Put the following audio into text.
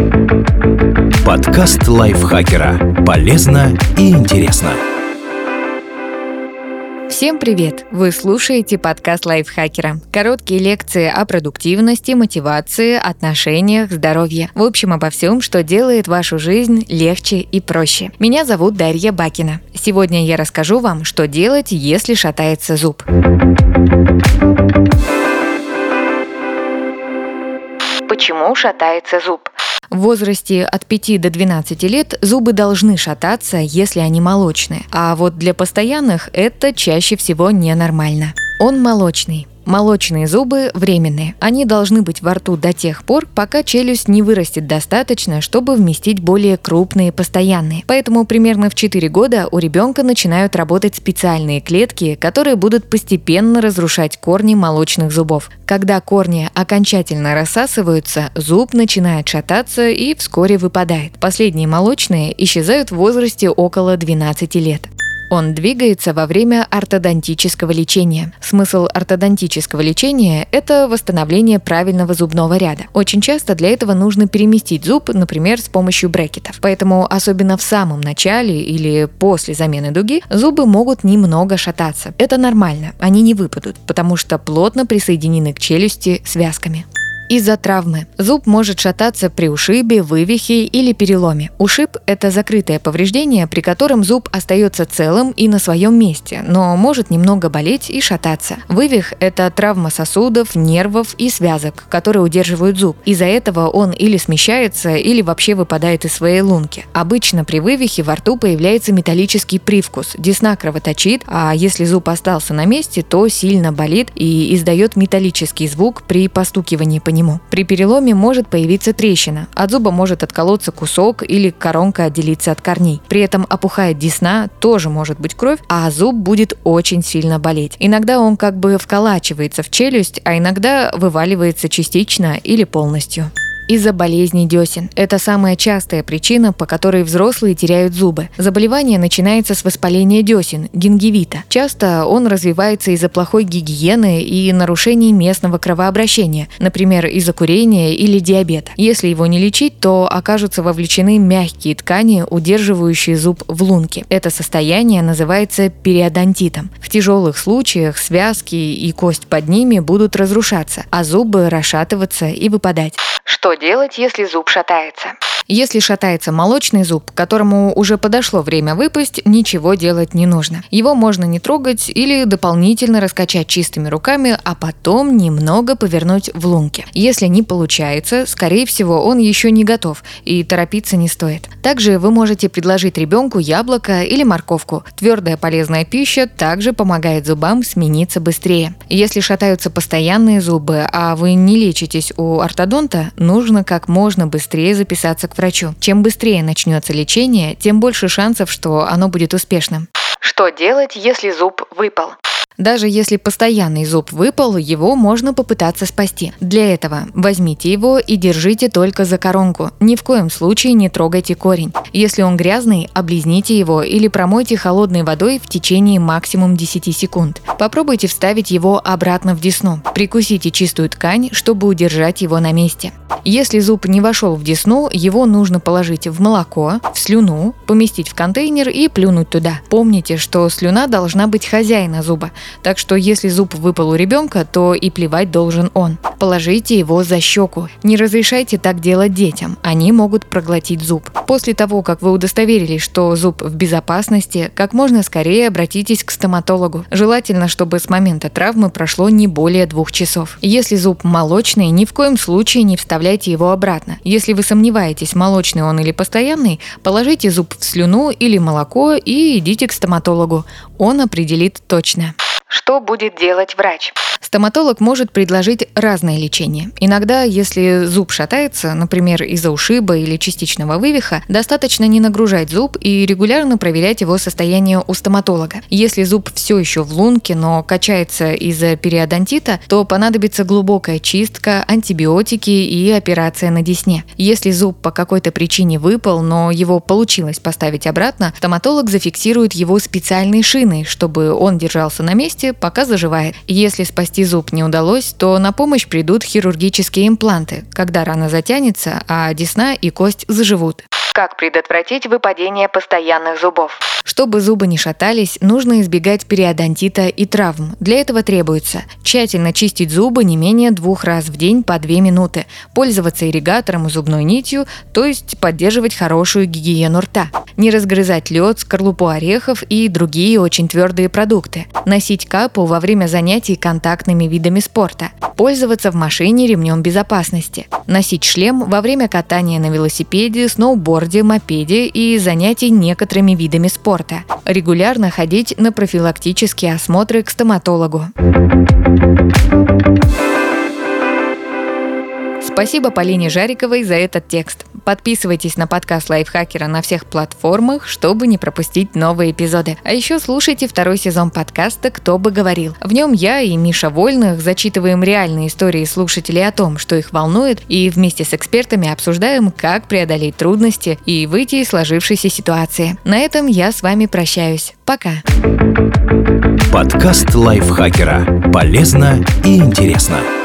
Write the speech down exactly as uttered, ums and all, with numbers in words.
Подкаст лайфхакера. Полезно и интересно. Всем привет! Вы слушаете подкаст лайфхакера. Короткие лекции о продуктивности, мотивации, отношениях, здоровье. В общем, обо всем, что делает вашу жизнь легче и проще. Меня зовут Дарья Бакина. Сегодня я расскажу вам, что делать, если шатается зуб. Почему шатается зуб? В возрасте от пяти до двенадцати лет зубы должны шататься, если они молочные. А вот для постоянных это чаще всего ненормально. Он молочный. Молочные зубы временные. Они должны быть во рту до тех пор, пока челюсть не вырастет достаточно, чтобы вместить более крупные постоянные. Поэтому примерно в четыре года у ребенка начинают работать специальные клетки, которые будут постепенно разрушать корни молочных зубов. Когда корни окончательно рассасываются, зуб начинает шататься и вскоре выпадает. Последние молочные исчезают в возрасте около двенадцати лет. Он двигается во время ортодонтического лечения. Смысл ортодонтического лечения – это восстановление правильного зубного ряда. Очень часто для этого нужно переместить зуб, например, с помощью брекетов. Поэтому особенно в самом начале или после замены дуги зубы могут немного шататься. Это нормально, они не выпадут, потому что плотно присоединены к челюсти связками. Из-за травмы. Зуб может шататься при ушибе, вывихе или переломе. Ушиб – это закрытое повреждение, при котором зуб остается целым и на своем месте, но может немного болеть и шататься. Вывих – это травма сосудов, нервов и связок, которые удерживают зуб. Из-за этого он или смещается, или вообще выпадает из своей лунки. Обычно при вывихе во рту появляется металлический привкус, десна кровоточит, а если зуб остался на месте, то сильно болит и издает металлический звук при постукивании по нему. При переломе может появиться трещина, от зуба может отколоться кусок или коронка отделиться от корней. При этом опухает десна, тоже может быть кровь, а зуб будет очень сильно болеть. Иногда он как бы вколачивается в челюсть, а иногда вываливается частично или полностью. Из-за болезни десен. Это самая частая причина, по которой взрослые теряют зубы. Заболевание начинается с воспаления десен, гингивита. Часто он развивается из-за плохой гигиены и нарушений местного кровообращения, например, из-за курения или диабета. Если его не лечить, то окажутся вовлечены мягкие ткани, удерживающие зуб в лунке. Это состояние называется периодонтитом. В тяжелых случаях связки и кость под ними будут разрушаться, а зубы расшатываться и выпадать. Что делать, если зуб шатается? Если шатается молочный зуб, которому уже подошло время выпасть, ничего делать не нужно. Его можно не трогать или дополнительно раскачать чистыми руками, а потом немного повернуть в лунке. Если не получается, скорее всего, он еще не готов, и торопиться не стоит. Также вы можете предложить ребенку яблоко или морковку. Твердая полезная пища также помогает зубам смениться быстрее. Если шатаются постоянные зубы, а вы не лечитесь у ортодонта, нужно как можно быстрее записаться к врачу. Чем быстрее начнется лечение, тем больше шансов, что оно будет успешным. Что делать, если зуб выпал? Даже если постоянный зуб выпал, его можно попытаться спасти. Для этого возьмите его и держите только за коронку. Ни в коем случае не трогайте корень. Если он грязный, облизните его или промойте холодной водой в течение максимум десяти секунд. Попробуйте вставить его обратно в десну. Прикусите чистую ткань, чтобы удержать его на месте. Если зуб не вошел в десну, его нужно положить в молоко, в слюну, поместить в контейнер и плюнуть туда. Помните, что слюна должна быть хозяина зуба. Так что если зуб выпал у ребенка, то и плевать должен он. Положите его за щеку. Не разрешайте так делать детям, они могут проглотить зуб. После того, как вы удостоверились, что зуб в безопасности, как можно скорее обратитесь к стоматологу. Желательно, чтобы с момента травмы прошло не более двух часов. Если зуб молочный, ни в коем случае не вставляйте его обратно. Если вы сомневаетесь, молочный он или постоянный, положите зуб в слюну или молоко и идите к стоматологу. Он определит точно. Что будет делать врач? Стоматолог может предложить разное лечение. Иногда, если зуб шатается, например, из-за ушиба или частичного вывиха, достаточно не нагружать зуб и регулярно проверять его состояние у стоматолога. Если зуб все еще в лунке, но качается из-за периодонтита, то понадобится глубокая чистка, антибиотики и операция на десне. Если зуб по какой-то причине выпал, но его получилось поставить обратно, стоматолог зафиксирует его специальной шиной, чтобы он держался на месте, пока заживает. Если спасти спасти зуб не удалось, то на помощь придут хирургические импланты, когда рана затянется, а десна и кость заживут. Как предотвратить выпадение постоянных зубов? Чтобы зубы не шатались, нужно избегать периодонтита и травм. Для этого требуется тщательно чистить зубы не менее двух раз в день по две минуты, пользоваться ирригатором и зубной нитью, то есть поддерживать хорошую гигиену рта, не разгрызать лед, скорлупу орехов и другие очень твердые продукты, носить капу во время занятий контактными видами спорта, пользоваться в машине ремнем безопасности, носить шлем во время катания на велосипеде, сноуборде, мопеде и занятий некоторыми видами спорта, регулярно ходить на профилактические осмотры к стоматологу. Спасибо Полине Жариковой за этот текст. Подписывайтесь на подкаст Лайфхакера на всех платформах, чтобы не пропустить новые эпизоды. А еще слушайте второй сезон подкаста «Кто бы говорил». В нем я и Миша Вольных зачитываем реальные истории слушателей о том, что их волнует, и вместе с экспертами обсуждаем, как преодолеть трудности и выйти из сложившейся ситуации. На этом я с вами прощаюсь. Пока. Подкаст Лайфхакера. Полезно и интересно.